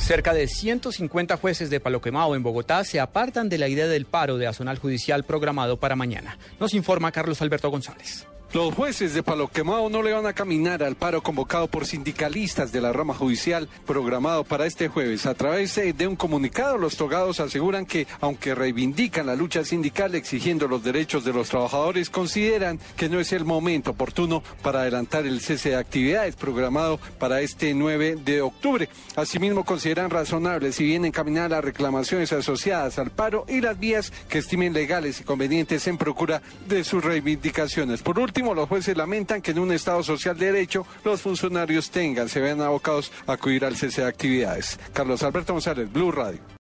Cerca de 150 jueces de Palo Quemado en Bogotá se apartan de la idea del paro de Azonal Judicial programado para mañana. Nos informa Carlos Alberto González. Los jueces de Palo Quemado no le van a caminar al paro convocado por sindicalistas de la rama judicial programado para este jueves. A través de un comunicado, los togados aseguran que, aunque reivindican la lucha sindical exigiendo los derechos de los trabajadores, consideran que no es el momento oportuno para adelantar el cese de actividades programado para este 9 de octubre. Asimismo, consideran razonables y bien encaminadas las reclamaciones asociadas al paro y las vías que estimen legales y convenientes en procura de sus reivindicaciones. Por último, los jueces lamentan que en un Estado social de derecho los funcionarios se vean abocados a acudir al cese de actividades. Carlos Alberto González, Blue Radio.